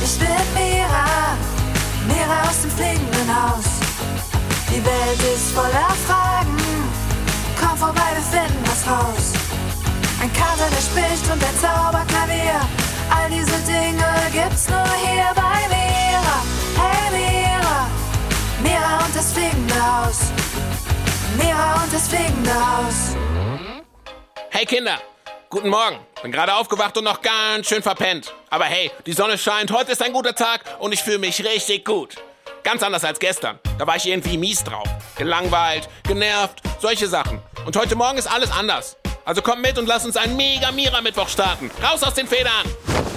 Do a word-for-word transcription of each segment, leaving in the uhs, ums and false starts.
Ich bin Mira, Mira aus dem fliegenden Haus. Die Welt ist voller Fragen, komm vorbei, wir finden was raus. Ein Kater, der spricht und der Zauberklavier, all diese Dinge gibt's nur hier bei Mira. Hey Mira, Mira und das fliegende Haus. Mira und das fliegende Haus. Hey Kinder, guten Morgen. Bin gerade aufgewacht und noch ganz schön verpennt. Aber hey, die Sonne scheint, heute ist ein guter Tag und ich fühle mich richtig gut. Ganz anders als gestern. Da war ich irgendwie mies drauf. Gelangweilt, genervt, solche Sachen. Und heute Morgen ist alles anders. Also kommt mit und lass uns einen Mega-Mira-Mittwoch starten. Raus aus den Federn!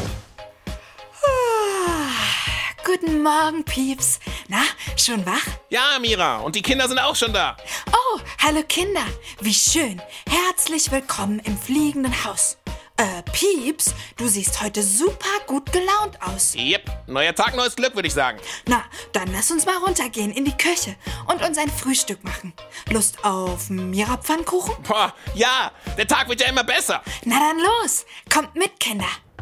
Guten Morgen, Pieps. Na, schon wach? Ja, Mira, und die Kinder sind auch schon da. Oh, hallo Kinder. Wie schön. Herzlich willkommen im fliegenden Haus. Äh, Pieps, du siehst heute super gut gelaunt aus. Yep, neuer Tag, neues Glück, würde ich sagen. Na, dann lass uns mal runtergehen in die Küche und uns ein Frühstück machen. Lust auf Mira-Pfannkuchen? Boah, ja, der Tag wird ja immer besser. Na dann los, kommt mit, Kinder.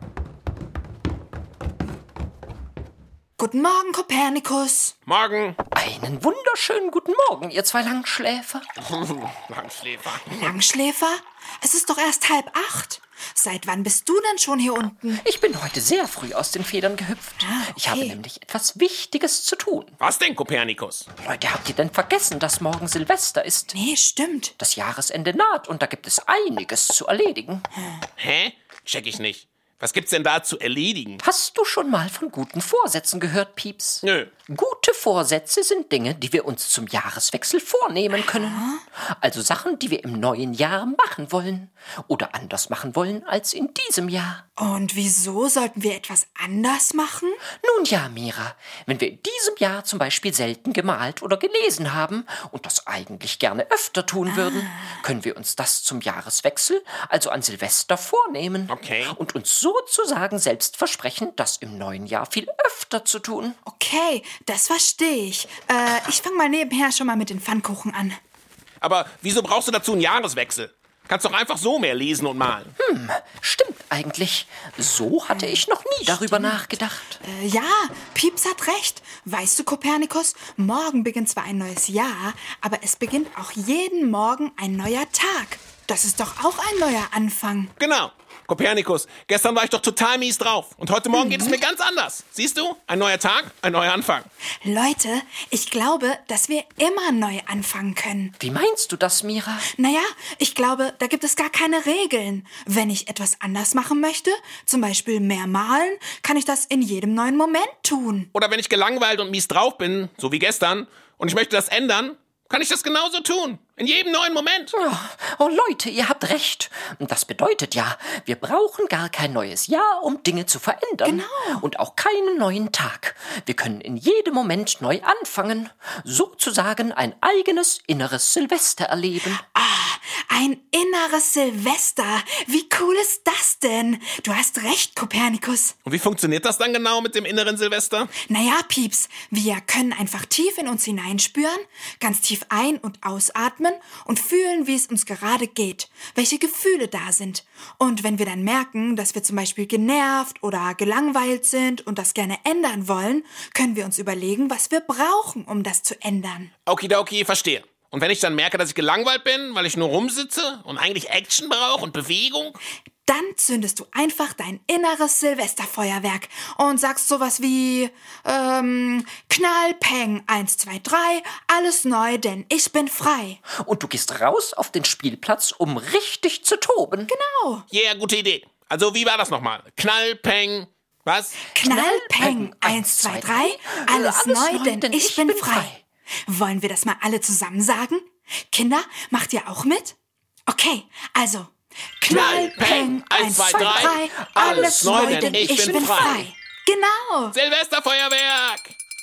Guten Morgen, Kopernikus. Morgen. Einen wunderschönen guten Morgen, ihr zwei Langschläfer. Langschläfer. Langschläfer? Es ist doch erst halb acht. Seit wann bist du denn schon hier unten? Ich bin heute sehr früh aus den Federn gehüpft. Ah, okay. Ich habe nämlich etwas Wichtiges zu tun. Was denn, Kopernikus? Leute, habt ihr denn vergessen, dass morgen Silvester ist? Nee, stimmt. Das Jahresende naht und da gibt es einiges zu erledigen. Hä? Check ich nicht. Was gibt's denn da zu erledigen? Hast du schon mal von guten Vorsätzen gehört, Pieps? Nö. Gute Vorsätze sind Dinge, die wir uns zum Jahreswechsel vornehmen können. Also Sachen, die wir im neuen Jahr machen wollen. Oder anders machen wollen als in diesem Jahr. Und wieso sollten wir etwas anders machen? Nun ja, Mira, wenn wir in diesem Jahr zum Beispiel selten gemalt oder gelesen haben und das eigentlich gerne öfter tun würden, können wir uns das zum Jahreswechsel, also an Silvester, vornehmen. Okay. Und uns sozusagen selbst versprechen, das im neuen Jahr viel öfter zu tun. Okay, das verstehe ich. Äh, ich fange mal nebenher schon mal mit den Pfannkuchen an. Aber wieso brauchst du dazu einen Jahreswechsel? Kannst doch einfach so mehr lesen und malen. Hm, stimmt eigentlich. So hatte ich noch nie darüber nachgedacht. Äh, ja, Pieps hat recht. Weißt du, Kopernikus, morgen beginnt zwar ein neues Jahr, aber es beginnt auch jeden Morgen ein neuer Tag. Das ist doch auch ein neuer Anfang. Genau. Kopernikus, gestern war ich doch total mies drauf. Und heute Morgen geht es mir ganz anders. Siehst du? Ein neuer Tag, ein neuer Anfang. Leute, ich glaube, dass wir immer neu anfangen können. Wie meinst du das, Mira? Naja, ich glaube, da gibt es gar keine Regeln. Wenn ich etwas anders machen möchte, zum Beispiel mehr malen, kann ich das in jedem neuen Moment tun. Oder wenn ich gelangweilt und mies drauf bin, so wie gestern, und ich möchte das ändern, kann ich das genauso tun. In jedem neuen Moment. Oh, oh Leute, ihr habt recht. Das bedeutet ja, wir brauchen gar kein neues Jahr, um Dinge zu verändern. Genau. Und auch keinen neuen Tag. Wir können in jedem Moment neu anfangen. Sozusagen ein eigenes inneres Silvester erleben. Ah, ein inneres Silvester. Wie cool ist das denn? Du hast recht, Kopernikus. Und wie funktioniert das dann genau mit dem inneren Silvester? Naja, Pieps, wir können einfach tief in uns hineinspüren, ganz tief ein- und ausatmen und fühlen, wie es uns gerade geht, welche Gefühle da sind. Und wenn wir dann merken, dass wir zum Beispiel genervt oder gelangweilt sind und das gerne ändern wollen, können wir uns überlegen, was wir brauchen, um das zu ändern. Okidoki, verstehe. Und wenn ich dann merke, dass ich gelangweilt bin, weil ich nur rumsitze und eigentlich Action brauche und Bewegung? Dann zündest du einfach dein inneres Silvesterfeuerwerk und sagst sowas wie, ähm, Knallpeng, eins, zwei, drei, alles neu, denn ich bin frei. Und du gehst raus auf den Spielplatz, um richtig zu toben. Genau. Yeah, gute Idee. Also, wie war das nochmal? Knall, Peng, was? Knallpeng, eins, zwei, drei, alles neu, denn ich bin frei. Wollen wir das mal alle zusammen sagen? Kinder, macht ihr auch mit? Okay, also... Knallpeng, eins, zwei, drei, alles neu, denn ich bin frei. Genau. Silvesterfeuerwerk!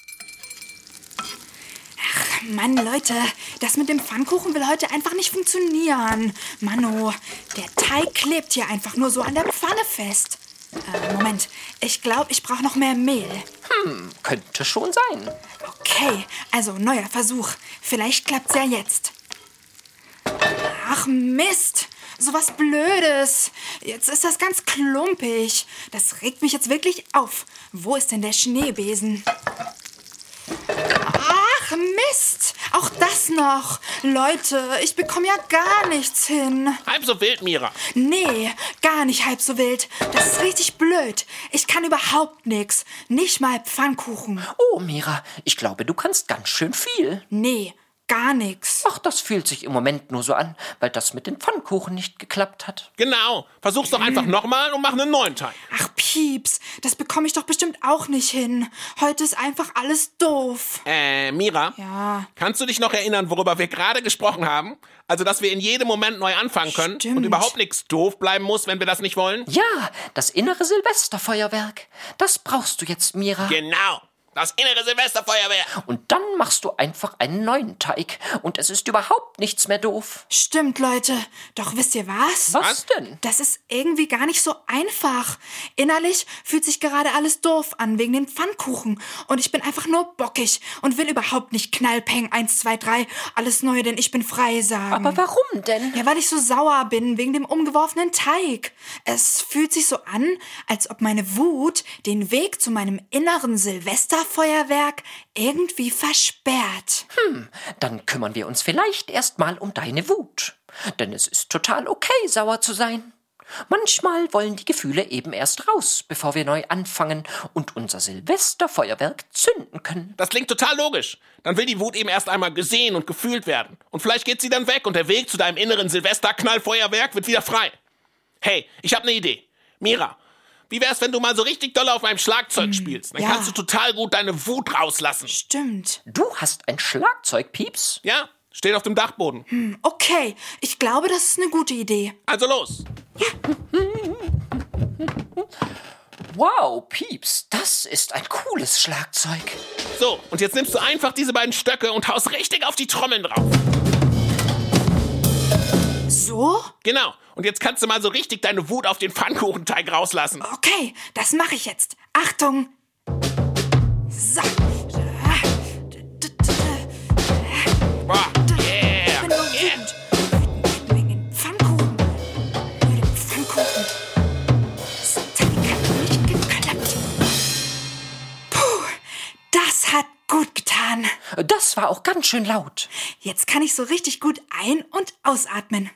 Ach, Mann, Leute, das mit dem Pfannkuchen will heute einfach nicht funktionieren. Mano, der Teig klebt hier einfach nur so an der Pfanne fest. Äh, Moment, ich glaube, ich brauche noch mehr Mehl. Hm, könnte schon sein. Okay, also neuer Versuch. Vielleicht klappt's ja jetzt. Ach Mist, so was Blödes. Jetzt ist das ganz klumpig. Das regt mich jetzt wirklich auf. Wo ist denn der Schneebesen? Ach, Mist! Auch das noch. Leute, ich bekomme ja gar nichts hin. Halb so wild, Mira. Nee, gar nicht halb so wild. Das ist richtig blöd. Ich kann überhaupt nichts. Nicht mal Pfannkuchen. Oh, Mira, ich glaube, du kannst ganz schön viel. Nee, gar nichts. Ach, das fühlt sich im Moment nur so an, weil das mit den Pfannkuchen nicht geklappt hat. Genau. Versuch's doch einfach nochmal und mach einen neuen Teig. Ach, Pieps, das bekomme ich doch bestimmt auch nicht hin. Heute ist einfach alles doof. Äh, Mira? Ja. Kannst du dich noch erinnern, worüber wir gerade gesprochen haben? Also, dass wir in jedem Moment neu anfangen können Stimmt. und überhaupt nichts doof bleiben muss, wenn wir das nicht wollen? Ja, das innere Silvesterfeuerwerk. Das brauchst du jetzt, Mira. Genau. Das innere Silvesterfeuerwehr. Und dann machst du einfach einen neuen Teig. Und es ist überhaupt nichts mehr doof. Stimmt, Leute. Doch wisst ihr was? Was denn? Das ist irgendwie gar nicht so einfach. Innerlich fühlt sich gerade alles doof an wegen den Pfannkuchen. Und ich bin einfach nur bockig und will überhaupt nicht Knallpeng eins, zwei, drei, alles neu, denn ich bin frei sagen. Aber warum denn? Ja, weil ich so sauer bin wegen dem umgeworfenen Teig. Es fühlt sich so an, als ob meine Wut den Weg zu meinem inneren Silvesterfeuerwerk irgendwie versperrt. Hm, dann kümmern wir uns vielleicht erstmal um deine Wut. Denn es ist total okay, sauer zu sein. Manchmal wollen die Gefühle eben erst raus, bevor wir neu anfangen und unser Silvesterfeuerwerk zünden können. Das klingt total logisch. Dann will die Wut eben erst einmal gesehen und gefühlt werden. Und vielleicht geht sie dann weg und der Weg zu deinem inneren Silvesterknallfeuerwerk wird wieder frei. Hey, ich habe eine Idee. Mira, wie wär's, wenn du mal so richtig doll auf meinem Schlagzeug spielst? Dann ja. kannst du total gut deine Wut rauslassen. Stimmt. Du hast ein Schlagzeug, Pieps? Ja, steht auf dem Dachboden. Hm, okay, ich glaube, das ist eine gute Idee. Also los. Wow, Pieps, das ist ein cooles Schlagzeug. So, und jetzt nimmst du einfach diese beiden Stöcke und haust richtig auf die Trommeln drauf. So? Genau. Und jetzt kannst du mal so richtig deine Wut auf den Pfannkuchenteig rauslassen. Okay, das mache ich jetzt. Achtung. So. Boah, Ich yeah. bin nur wütend. Wütend wegen den Pfannkuchen. Nur den Pfannkuchen. Das Teig hat nicht geklappt. Puh, das hat gut getan. Das war auch ganz schön laut. Jetzt kann ich so richtig gut ein- und ausatmen.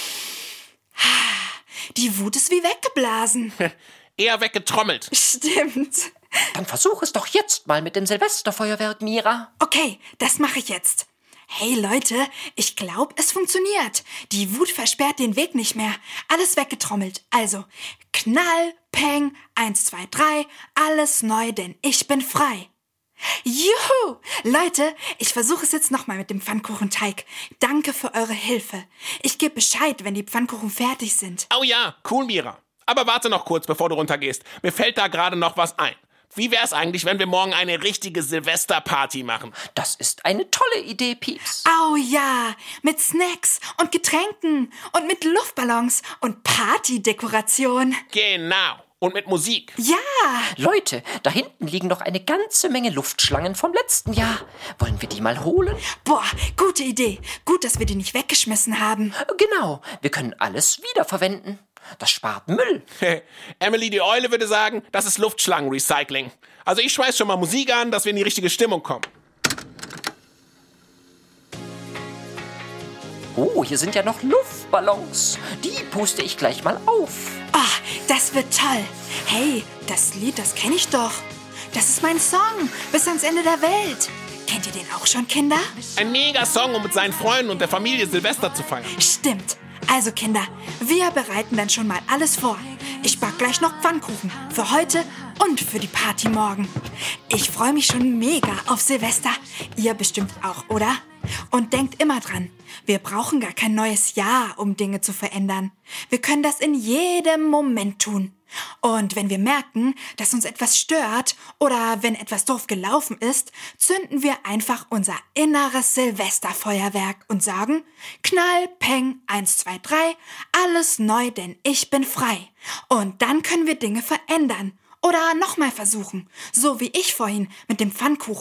Die Wut ist wie weggeblasen. Eher weggetrommelt. Stimmt. Dann versuch es doch jetzt mal mit dem Silvesterfeuerwerk, Mira. Okay, das mache ich jetzt. Hey Leute, ich glaube, es funktioniert. Die Wut versperrt den Weg nicht mehr. Alles weggetrommelt. Also, Knall, Peng, eins, zwei, drei, alles neu, denn ich bin frei. Juhu! Leute, ich versuche es jetzt nochmal mit dem Pfannkuchenteig. Danke für eure Hilfe. Ich gebe Bescheid, wenn die Pfannkuchen fertig sind. Oh ja, cool, Mira. Aber warte noch kurz, bevor du runtergehst. Mir fällt da gerade noch was ein. Wie wär's eigentlich, wenn wir morgen eine richtige Silvesterparty machen? Das ist eine tolle Idee, Pieps. Oh ja, mit Snacks und Getränken und mit Luftballons und Partydekoration. Genau. Und mit Musik. Ja, Leute, da hinten liegen noch eine ganze Menge Luftschlangen vom letzten Jahr. Wollen wir die mal holen? boah, gute Idee. Gut, dass wir die nicht weggeschmissen haben. Genau, wir können alles wiederverwenden. Das spart Müll. Emily die Eule würde sagen, das ist Luftschlangenrecycling. Also ich schmeiß schon mal Musik an, dass wir in die richtige Stimmung kommen. Oh, hier sind ja noch Luftballons. Die puste ich gleich mal auf. Oh, das wird toll. Hey, das Lied, das kenne ich doch. Das ist mein Song, bis ans Ende der Welt. Kennt ihr den auch schon, Kinder? Ein Mega-Song, um mit seinen Freunden und der Familie Silvester zu feiern. Stimmt. Also, Kinder, wir bereiten dann schon mal alles vor. Ich back gleich noch Pfannkuchen. Für heute und für die Party morgen. Ich freue mich schon mega auf Silvester. Ihr bestimmt auch, oder? Und denkt immer dran, wir brauchen gar kein neues Jahr, um Dinge zu verändern. Wir können das in jedem Moment tun. Und wenn wir merken, dass uns etwas stört oder wenn etwas doof gelaufen ist, zünden wir einfach unser inneres Silvesterfeuerwerk und sagen, Knall, Peng, eins, zwei, drei, alles neu, denn ich bin frei. Und dann können wir Dinge verändern oder nochmal versuchen, so wie ich vorhin mit dem Pfannkuchen.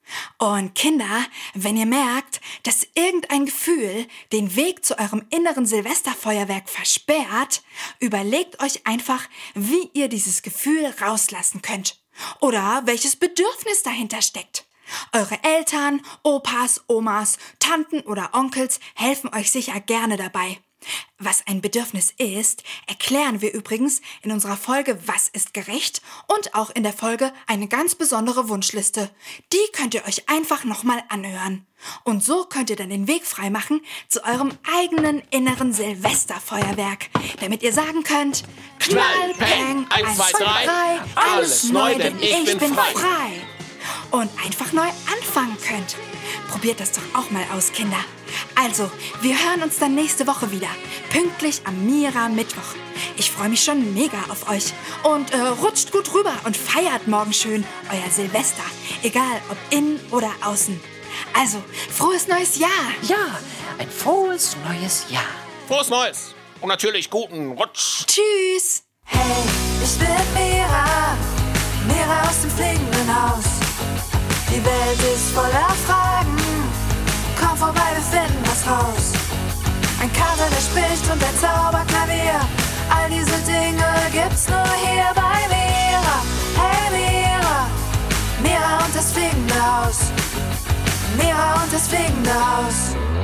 Und Kinder, wenn ihr merkt, dass irgendein Gefühl den Weg zu eurem inneren Silvesterfeuerwerk versperrt, überlegt euch einfach, wie ihr dieses Gefühl rauslassen könnt oder welches Bedürfnis dahinter steckt. Eure Eltern, Opas, Omas, Tanten oder Onkels helfen euch sicher gerne dabei. Was ein Bedürfnis ist, erklären wir übrigens in unserer Folge Was ist gerecht und auch in der Folge eine ganz besondere Wunschliste. Die könnt ihr euch einfach nochmal anhören. Und so könnt ihr dann den Weg freimachen zu eurem eigenen inneren Silvesterfeuerwerk, damit ihr sagen könnt: Knall, Peng, eins, zwei, drei, alles neu, denn ich bin frei. Und einfach neu anfangen könnt. Probiert das doch auch mal aus, Kinder. Also, wir hören uns dann nächste Woche wieder, pünktlich am Mira-Mittwoch. Ich freue mich schon mega auf euch. Und äh, rutscht gut rüber und feiert morgen schön euer Silvester, egal ob innen oder außen. Also, frohes neues Jahr! Ja, ein frohes neues Jahr. Frohes Neues und natürlich guten Rutsch. Tschüss! Hey, ich bin Mira, Mira aus dem fliegenden Haus. Die Welt ist voller Fragen, komm vorbei, wir finden was raus. Ein Kater, der spricht und ein Zauberklavier, all diese Dinge gibt's nur hier bei Mira. Hey Mira, Mira und das fliegende Haus, Mira und das fliegende Haus.